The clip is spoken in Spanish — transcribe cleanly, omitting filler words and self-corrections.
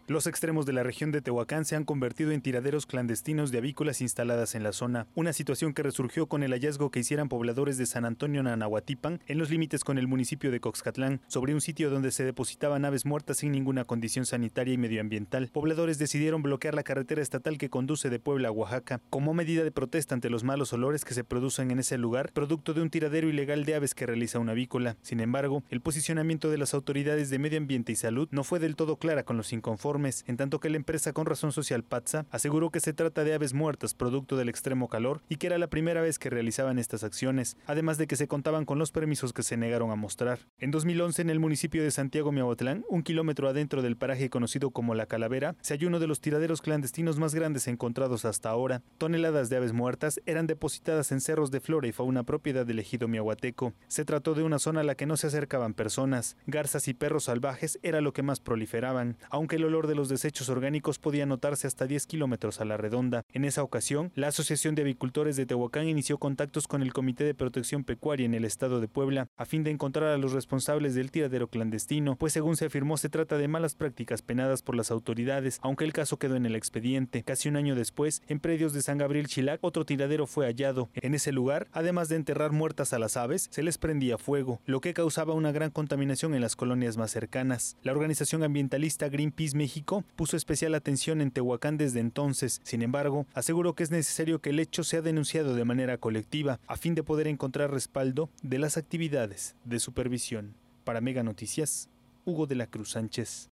Los extremos de la región de Tehuacán se han convertido en tiraderos clandestinos de avícolas instaladas en la zona, una situación que resurgió con el hallazgo que hicieron pobladores de San Antonio Nanahuatipan, en los límites con el municipio de Coxcatlán, sobre un sitio donde se depositaban aves muertas sin ninguna condición sanitaria y medioambiental. Pobladores decidieron bloquear la carretera estatal que conduce de Puebla a Oaxaca, como medida de protesta ante los malos olores que se producen en ese lugar, producto de un tiradero ilegal de aves que realiza una avícola. Sin embargo, el posicionamiento de las autoridades de medio ambiente y salud no fue del todo clara con los inconformes, en tanto que la empresa con razón social PATSA aseguró que se trata de aves muertas producto del extremo calor y que era la primera vez que realizaban estas acciones, además de que se contaban con los permisos que se negaron a mostrar. En 2011, en el municipio de Santiago Miahuatlán, 1 kilómetro adentro del paraje conocido como La Calavera, se halló uno de los tiraderos clandestinos más grandes encontrados hasta ahora. Toneladas de aves muertas eran depositadas en cerros de flora y fauna propiedad del ejido miahuateco. Se trató de una zona a la que no se acercaban personas. Garzas y perros salvajes era lo que más proliferaban, aunque el olor de los desechos orgánicos podía notarse hasta 10 kilómetros a la redonda. En esa ocasión, la Asociación de Avicultores de Tehuacán inició contactos con el Comité de Protección Pecuaria en el estado de Puebla, a fin de encontrar a los responsables del tiradero clandestino, pues según se afirmó se trata de malas prácticas penadas por las autoridades, aunque el caso quedó en el expediente. Casi un año después, en predios de San Gabriel Chilac, otro tiradero fue hallado. En ese lugar, además de enterrar muertas a las aves, se les prendía fuego, lo que causaba una gran contaminación en las colonias más cercanas. La organización ambientalista Greenpeace México puso especial atención en Tehuacán desde entonces. Sin embargo, aseguró que es necesario que el hecho sea denunciado de manera colectiva, a fin de poder encontrar respaldo de las actividades de supervisión. Para Mega Noticias, Hugo de la Cruz Sánchez.